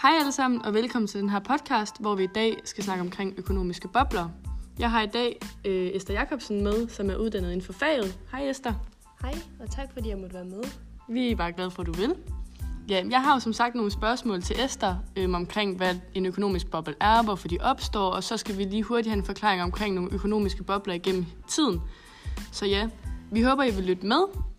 Hej alle sammen og velkommen til den her podcast, hvor vi i dag skal snakke omkring økonomiske bobler. Jeg har i dag Esther Jacobsen med, som er uddannet inden for faget. Hej Esther. Hej, og tak fordi jeg måtte være med. Vi er bare glade for, at du vil. Ja, jeg har jo som sagt nogle spørgsmål til Esther omkring, hvad en økonomisk boble er, hvorfor de opstår, og så skal vi lige hurtigt have en forklaring omkring nogle økonomiske bobler igennem tiden. Så ja, vi håber, I vil lytte med.